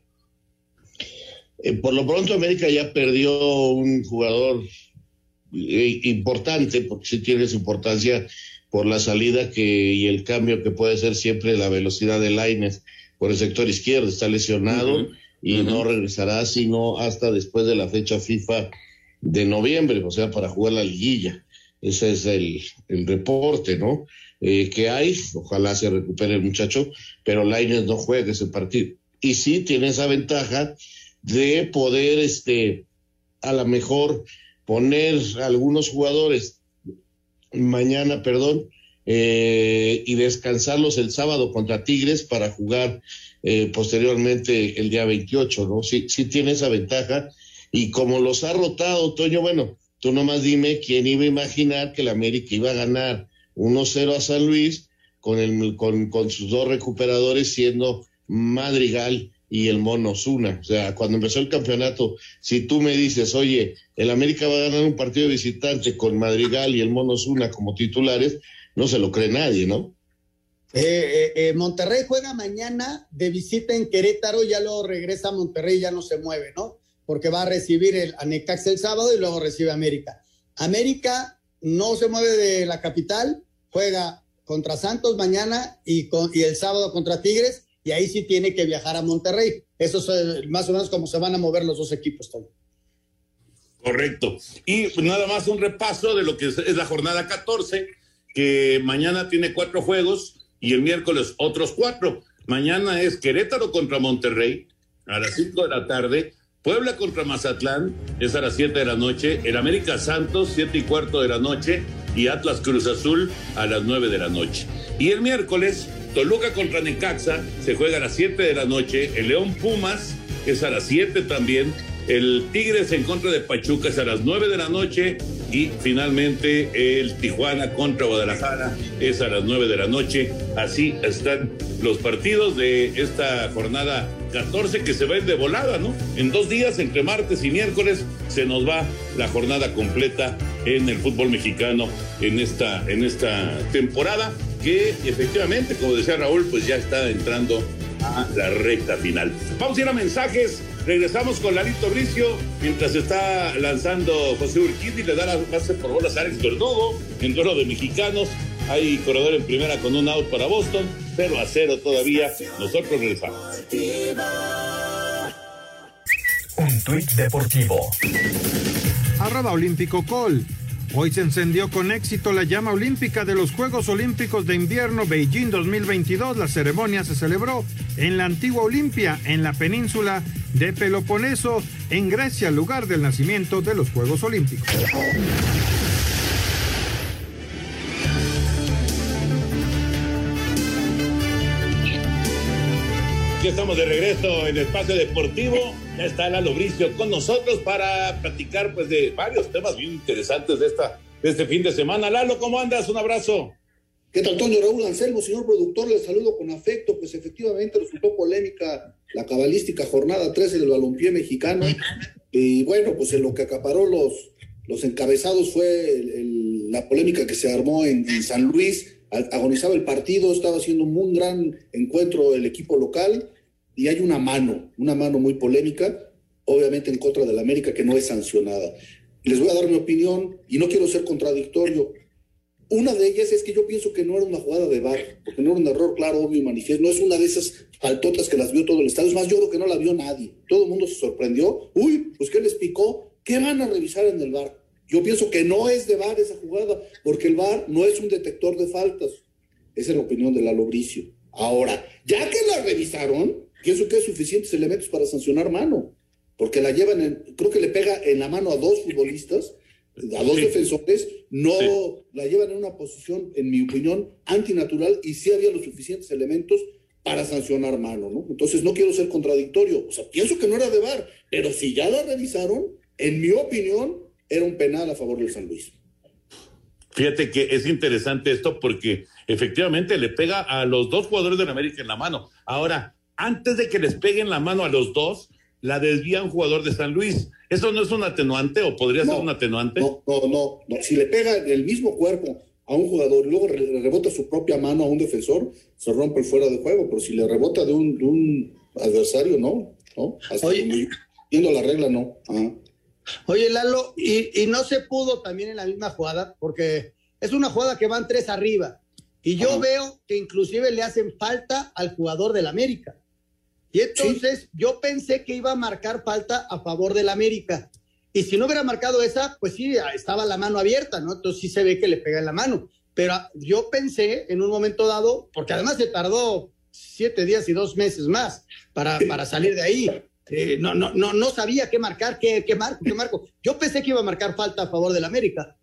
Eh, por lo pronto América ya perdió un jugador eh, importante, porque sí tiene su importancia por la salida que y el cambio que puede ser siempre la velocidad de Lainez por el sector izquierdo. Está lesionado uh-huh. y uh-huh. no regresará sino hasta después de la fecha FIFA de noviembre, o sea, para jugar la liguilla. Ese es el, el reporte, ¿no? Eh, que hay, ojalá se recupere el muchacho, pero Lainez no juega ese partido. Y sí tiene esa ventaja de poder, este, a lo mejor poner a algunos jugadores mañana, perdón, eh, y descansarlos el sábado contra Tigres para jugar eh, posteriormente el día veintiocho, ¿no? Sí, sí tiene esa ventaja, y como los ha rotado, Toño, bueno, tú nomás dime quién iba a imaginar que el América iba a ganar uno cero a San Luis con, el, con, con sus dos recuperadores siendo Madrigal y el Mono Osuna. O sea, cuando empezó el campeonato, si tú me dices, oye, el América va a ganar un partido de visitante con Madrigal y el Mono Osuna como titulares, no se lo cree nadie, ¿no? Eh, eh, eh, Monterrey juega mañana de visita en Querétaro, ya luego regresa a Monterrey, ya no se mueve, ¿no? Porque va a recibir el, a Necaxa el sábado y luego recibe a América. América no se mueve de la capital, juega contra Santos mañana y, con, y el sábado contra Tigres, y ahí sí tiene que viajar a Monterrey. Eso es más o menos como se van a mover los dos equipos también. Correcto. Y nada más un repaso de lo que es, es la jornada catorce, que mañana tiene cuatro juegos y el miércoles otros cuatro. Mañana es Querétaro contra Monterrey a las cinco de la tarde, Puebla contra Mazatlán es a las siete de la noche, el América Santos siete y cuarto de la noche y Atlas Cruz Azul a las nueve de la noche. Y el miércoles Toluca contra Necaxa se juega a las siete de la noche, el León Pumas es a las siete también, el Tigres en contra de Pachuca es a las nueve de la noche y finalmente el Tijuana contra Guadalajara es a las nueve de la noche. Así están los partidos de esta jornada catorce, que se va de volada, ¿no? En dos días, entre martes y miércoles, se nos va la jornada completa en el fútbol mexicano en esta, en esta temporada, que efectivamente, como decía Raúl, pues ya está entrando a la recta final. Vamos a ir a mensajes. Regresamos con Lalito Bricio mientras está lanzando José Urquidi, le da la base por bolas a Alex Verdugo en duelo de mexicanos. Hay corredor en primera con un out para Boston, cero a cero todavía. Nosotros regresamos. Un tuit deportivo. Arroba Olímpico Col. Hoy se encendió con éxito la llama olímpica de los Juegos Olímpicos de Invierno Beijing dos mil veintidós. La ceremonia se celebró en la antigua Olimpia, en la península de Peloponeso, en Grecia, lugar del nacimiento de los Juegos Olímpicos. Ya estamos de regreso en el Espacio Deportivo. Ya está Lalo Bricio con nosotros para platicar pues de varios temas bien interesantes de esta de este fin de semana. Lalo, ¿cómo andas? Un abrazo. ¿Qué tal, Toño? Raúl Anselmo, señor productor, les saludo con afecto. Pues efectivamente resultó polémica la cabalística jornada trece del balompié mexicano. Y bueno, pues en lo que acaparó los, los encabezados fue el, el, la polémica que se armó en, en San Luis. Agonizaba el partido, estaba haciendo un muy gran encuentro el equipo local y hay una mano, una mano muy polémica, obviamente en contra del América, que no es sancionada. Les voy a dar mi opinión y no quiero ser contradictorio. Una de ellas es que yo pienso que no era una jugada de V A R, porque no era un error claro, obvio y manifiesto, no es una de esas faltotas que las vio todo el estadio, es más, yo creo que no la vio nadie, todo el mundo se sorprendió, uy, pues ¿qué les picó? ¿Qué van a revisar en el V A R? Yo pienso que no es de V A R esa jugada, porque el V A R no es un detector de faltas. Esa es la opinión de Lalo Bricio. Ahora, ya que la revisaron, pienso que hay suficientes elementos para sancionar mano, porque la llevan, en, creo que le pega en la mano a dos futbolistas, a dos sí. defensores, no sí. la llevan en una posición, en mi opinión, antinatural, y sí había los suficientes elementos para sancionar mano, ¿no? Entonces no quiero ser contradictorio, o sea, pienso que no era de V A R, pero si ya la revisaron, en mi opinión, era un penal a favor del San Luis. Fíjate que es interesante esto porque efectivamente le pega a los dos jugadores de la América en la mano. Ahora, antes de que les peguen la mano a los dos, la desvía un jugador de San Luis. ¿Eso no es un atenuante o podría no, ser un atenuante? No, no, no, no. Si le pega el mismo cuerpo a un jugador y luego re- rebota su propia mano a un defensor, se rompe el fuera de juego. Pero si le rebota de un, de un adversario, no. no. Hasta Oye, viendo la regla, no. Ajá. Oye, Lalo, y, y no se pudo también en la misma jugada, porque es una jugada que van tres arriba, y yo Ajá. veo que inclusive le hacen falta al jugador del América, y entonces sí. yo pensé que iba a marcar falta a favor del América, y si no hubiera marcado esa, pues sí, estaba la mano abierta, ¿no? Entonces sí se ve que le pega en la mano, pero yo pensé en un momento dado, porque además se tardó siete días y dos meses más para, para salir de ahí. Eh, no, no, no, no sabía qué marcar, qué, qué marco, qué marco. Yo pensé que iba a marcar falta a favor del América.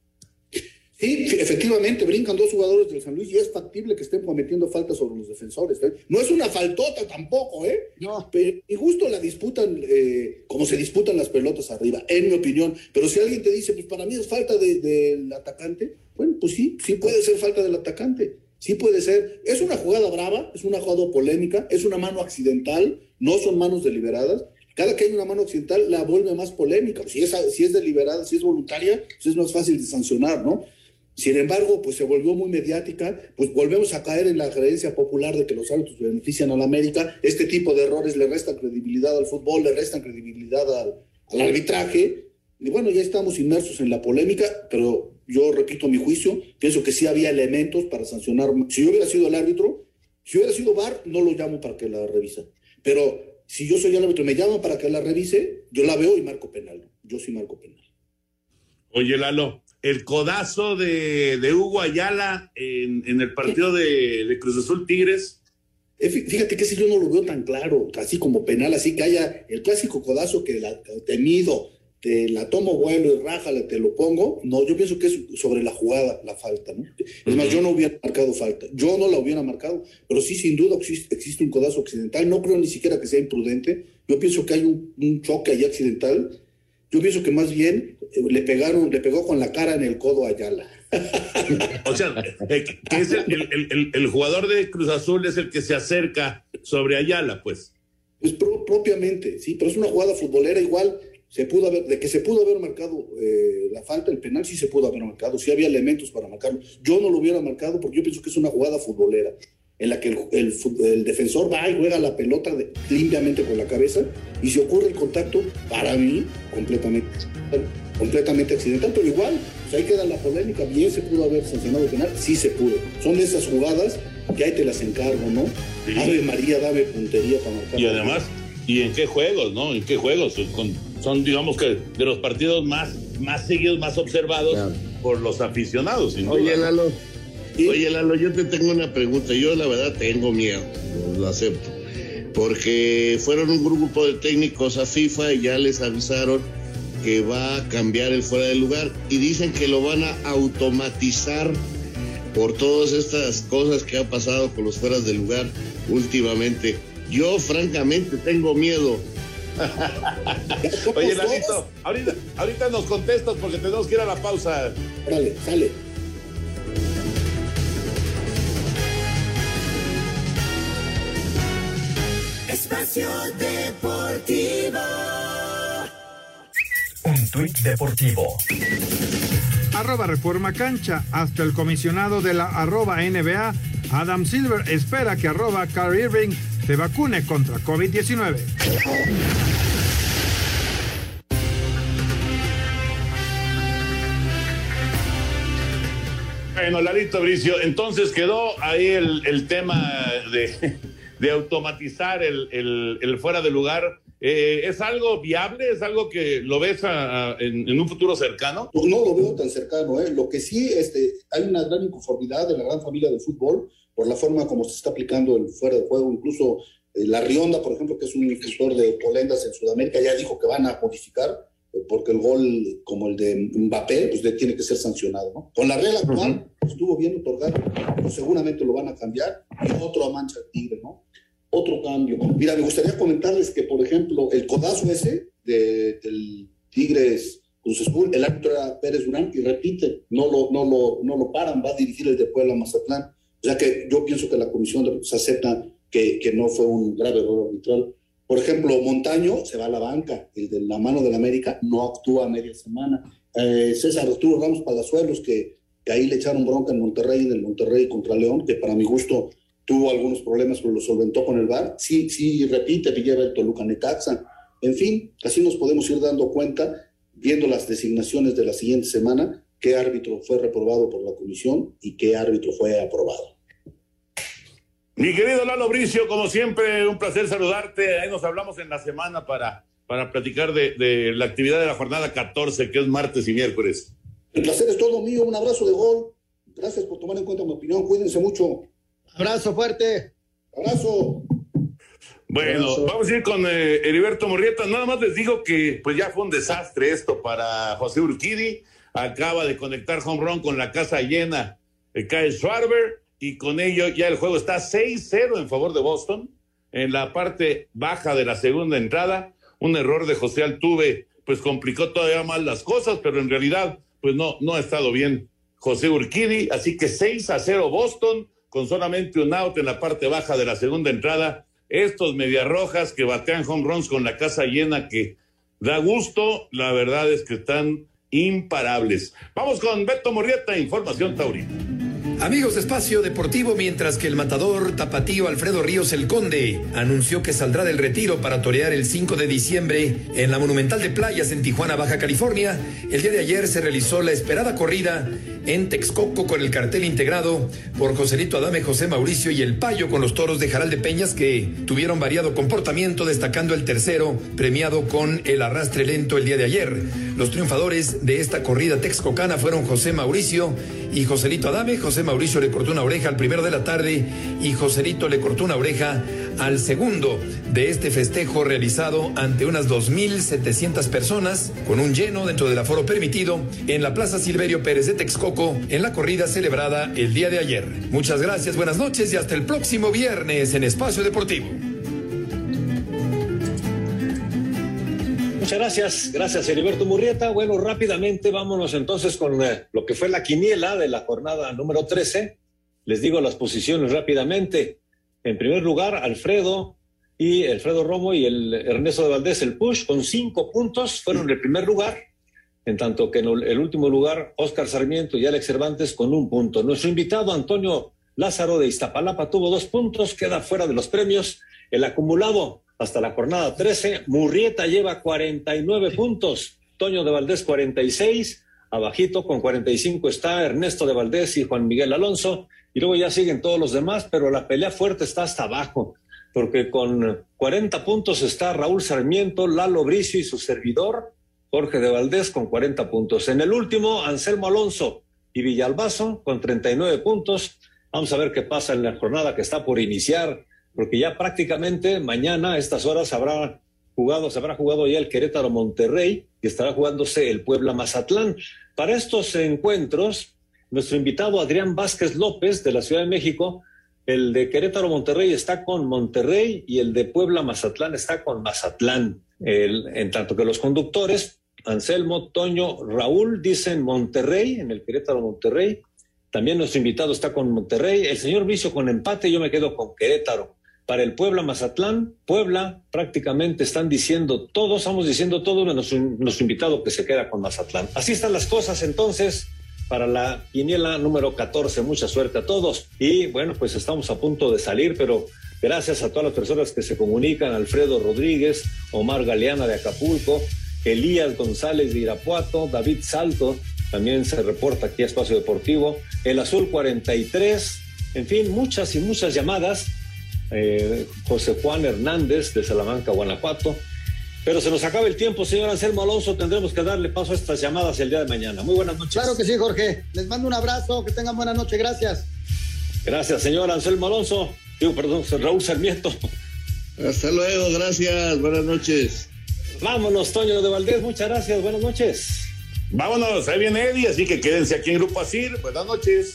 Sí, efectivamente, brincan dos jugadores del San Luis y es factible que estén cometiendo faltas sobre los defensores, ¿eh? No es una faltota tampoco, ¿eh? No. Pero, y justo la disputan eh, como se disputan las pelotas arriba, en mi opinión. Pero si alguien te dice, pues para mí es falta de, del atacante, bueno, pues sí, sí puede ser falta del atacante. Sí puede ser. Es una jugada brava, es una jugada polémica, es una mano accidental, no son manos deliberadas. Cada que hay una mano accidental la vuelve más polémica. Si es, si es deliberada, si es voluntaria, pues es más fácil de sancionar, ¿no? Sin embargo, pues se volvió muy mediática, pues volvemos a caer en la creencia popular de que los árbitros benefician a la América. Este tipo de errores le restan credibilidad al fútbol, le restan credibilidad al, al arbitraje. Y bueno, ya estamos inmersos en la polémica, pero yo repito mi juicio, pienso que sí había elementos para sancionar. Si yo hubiera sido el árbitro, si hubiera sido V A R, no lo llamo para que la revise. Pero si yo soy el árbitro y me llaman para que la revise, yo la veo y marco penal. Yo sí marco penal. Oye, Lalo, el codazo de, de Hugo Ayala en, en el partido de, de Cruz Azul Tigres. Fíjate que ese yo no lo veo tan claro, así como penal, así que haya el clásico codazo que la, te mido, te la tomo vuelo y rájala, te lo pongo. No, yo pienso que es sobre la jugada, la falta, ¿no? Es más, yo no hubiera marcado falta, yo no la hubiera marcado, pero sí, sin duda existe, existe un codazo accidental. No creo ni siquiera que sea imprudente. Yo pienso que hay un, un choque ahí accidental. Yo pienso que más bien eh, le pegaron, le pegó con la cara en el codo a Ayala. O sea, eh, que es el, el, el, el jugador de Cruz Azul es el que se acerca sobre Ayala, pues. Pues pro, propiamente, sí, pero es una jugada futbolera igual. Se pudo haber, de que se pudo haber marcado eh, la falta, el penal sí se pudo haber marcado, sí había elementos para marcarlo. Yo no lo hubiera marcado porque yo pienso que es una jugada futbolera en la que el, el, el defensor va y juega la pelota de, limpiamente con la cabeza, y si ocurre el contacto, para mí, completamente, completamente accidental, pero igual, pues ahí queda la polémica. Bien se pudo haber sancionado el penal, sí se pudo. Son de esas jugadas que ahí te las encargo, ¿no? Sí. Ave María, dame puntería para marcar. Y además, ¿y en qué juegos, no? ¿En qué juegos? Con, son, digamos que, de los partidos más, más seguidos, más observados, claro, por los aficionados, sin Oye, duda. Lalo, ¿sí? Oye, Lalo, yo te tengo una pregunta. Yo, la verdad, tengo miedo, lo acepto, porque fueron un grupo de técnicos a FIFA y ya les avisaron que va a cambiar el fuera de lugar, y dicen que lo van a automatizar por todas estas cosas que ha pasado con los fueras de lugar últimamente. Yo, francamente, tengo miedo. Oye, Lalito, ahorita, ahorita nos contestas porque tenemos que ir a la pausa. Dale, sale. Espacio Deportivo. Un tuit deportivo. Arroba Reforma Cancha. Hasta el comisionado de la arroba N B A, Adam Silver, espera que arroba Kyrie Irving se vacune contra COVID diecinueve. Bueno, Lalito Bricio, entonces quedó ahí el, el tema de, de automatizar el, el, el fuera de lugar. Eh, ¿Es algo viable? ¿Es algo que lo ves a, a, en, en un futuro cercano? Pues no lo veo tan cercano, ¿eh? Lo que sí, este, hay una gran inconformidad de la gran familia del fútbol por la forma como se está aplicando el fuera de juego. Incluso eh, la Rionda, por ejemplo, que es un instructor de polendas en Sudamérica, ya dijo que van a modificar, eh, porque el gol como el de Mbappé, pues de, tiene que ser sancionado, ¿no? Con la regla actual, uh-huh, estuvo bien otorgado, pues seguramente lo van a cambiar, y otro a mancha al tigre, ¿no? Otro cambio. Mira, me gustaría comentarles que, por ejemplo, el codazo ese de, del Tigres Cruz Azul, el árbitro era Pérez Durán, y repite, no lo, no lo, no lo paran, va a dirigir el de Puebla Mazatlán. O sea que yo pienso que la comisión se acepta que, que no fue un grave error arbitral. Por ejemplo, Montaño se va a la banca, el de la mano del América no actúa a media semana. Eh, César Arturo Ramos Palazuelos, que, que ahí le echaron bronca en Monterrey, en el Monterrey contra León, que para mi gusto tuvo algunos problemas, pero lo solventó con el V A R. Sí, sí, repite, lleva el Toluca Necaxa. En fin, así nos podemos ir dando cuenta, viendo las designaciones de la siguiente semana, qué árbitro fue reprobado por la comisión y qué árbitro fue aprobado. Mi querido Lalo Bricio, como siempre, un placer saludarte. Ahí nos hablamos en la semana para, para platicar de, de la actividad de la jornada catorce, que es martes y miércoles. El placer es todo mío. Un abrazo de gol. Gracias por tomar en cuenta mi opinión. Cuídense mucho. Abrazo fuerte. Abrazo. Bueno, Abrazo. Vamos a ir con eh, Heriberto Murrieta. Nada más les digo que pues ya fue un desastre esto para José Urquidi. Acaba de conectar home run con la casa llena de Kyle Schwarber, y con ello ya el juego está seis cero en favor de Boston. En la parte baja de la segunda entrada, un error de José Altuve pues complicó todavía más las cosas, pero en realidad pues no, no ha estado bien José Urquidi. Así que seis a cero Boston, con solamente un out en la parte baja de la segunda entrada. Estos Mediarrojas que batean home runs con la casa llena, que da gusto, la verdad es que están imparables. Vamos con Beto Murrieta, Información Taurina. Amigos de Espacio Deportivo, mientras que el matador tapatío Alfredo Ríos El Conde anunció que saldrá del retiro para torear el cinco de diciembre en la Monumental de Playas en Tijuana, Baja California, el día de ayer se realizó la esperada corrida en Texcoco con el cartel integrado por Joselito Adame, José Mauricio y el Payo con los toros de Jaral de Peñas, que tuvieron variado comportamiento, destacando el tercero, premiado con el arrastre lento el día de ayer. Los triunfadores de esta corrida texcocana fueron José Mauricio y Joselito Adame. José Mauricio le cortó una oreja al primero de la tarde y Joselito le cortó una oreja al segundo de este festejo realizado ante unas dos mil setecientas personas, con un lleno dentro del aforo permitido en la Plaza Silverio Pérez de Texcoco, en la corrida celebrada el día de ayer. Muchas gracias, buenas noches y hasta el próximo viernes en Espacio Deportivo. Muchas gracias, gracias Heriberto Murrieta. Bueno, rápidamente vámonos entonces con eh, lo que fue la quiniela de la jornada número trece. Les digo las posiciones rápidamente. En primer lugar, Alfredo y Alfredo Romo y el Ernesto de Valdés, el Push, con cinco puntos, fueron el primer lugar, en tanto que en el último lugar, Óscar Sarmiento y Alex Cervantes con un punto. Nuestro invitado, Antonio Lázaro de Iztapalapa, tuvo dos puntos, queda fuera de los premios. El acumulado hasta la jornada trece, Murrieta lleva cuarenta y nueve puntos, Toño de Valdés cuarenta y seis, abajito con cuarenta y cinco está Ernesto de Valdés y Juan Miguel Alonso, y luego ya siguen todos los demás, pero la pelea fuerte está hasta abajo, porque con cuarenta puntos está Raúl Sarmiento, Lalo Bricio y su servidor, Jorge de Valdés, con cuarenta puntos. En el último, Anselmo Alonso y Villalbazo con treinta y nueve puntos. Vamos a ver qué pasa en la jornada que está por iniciar, porque ya prácticamente mañana a estas horas habrá jugado, se habrá jugado ya el Querétaro Monterrey y estará jugándose el Puebla Mazatlán. Para estos encuentros, nuestro invitado Adrián Vázquez López de la Ciudad de México, el de Querétaro Monterrey está con Monterrey y el de Puebla Mazatlán está con Mazatlán. El, en tanto que los conductores, Anselmo, Toño, Raúl, dicen Monterrey, en el Querétaro Monterrey. También nuestro invitado está con Monterrey. El señor Vicio con empate, yo me quedo con Querétaro. Para el Puebla Mazatlán, Puebla prácticamente están diciendo todos, estamos diciendo todos, menos nuestro invitado que se queda con Mazatlán. Así están las cosas entonces para la quiniela número catorce. Mucha suerte a todos. Y bueno, pues estamos a punto de salir, pero gracias a todas las personas que se comunican, Alfredo Rodríguez, Omar Galeana de Acapulco, Elías González de Irapuato, David Salto, también se reporta aquí a Espacio Deportivo, El Azul cuarenta y tres, en fin, muchas y muchas llamadas. Eh, José Juan Hernández de Salamanca, Guanajuato. Pero se nos acaba el tiempo, señor Anselmo Alonso, tendremos que darle paso a estas llamadas el día de mañana. Muy buenas noches. Claro que sí, Jorge. Les mando un abrazo, que tengan buena noche, gracias. Gracias, señor Anselmo Alonso. Digo, perdón, Raúl Sarmiento. Hasta luego, gracias, buenas noches. Vámonos, Toño de Valdés, muchas gracias, buenas noches. Vámonos, ahí viene Eddie, así que quédense aquí en Grupo Asir. Buenas noches.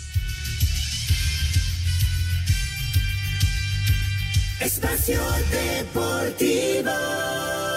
Espacio Deportivo.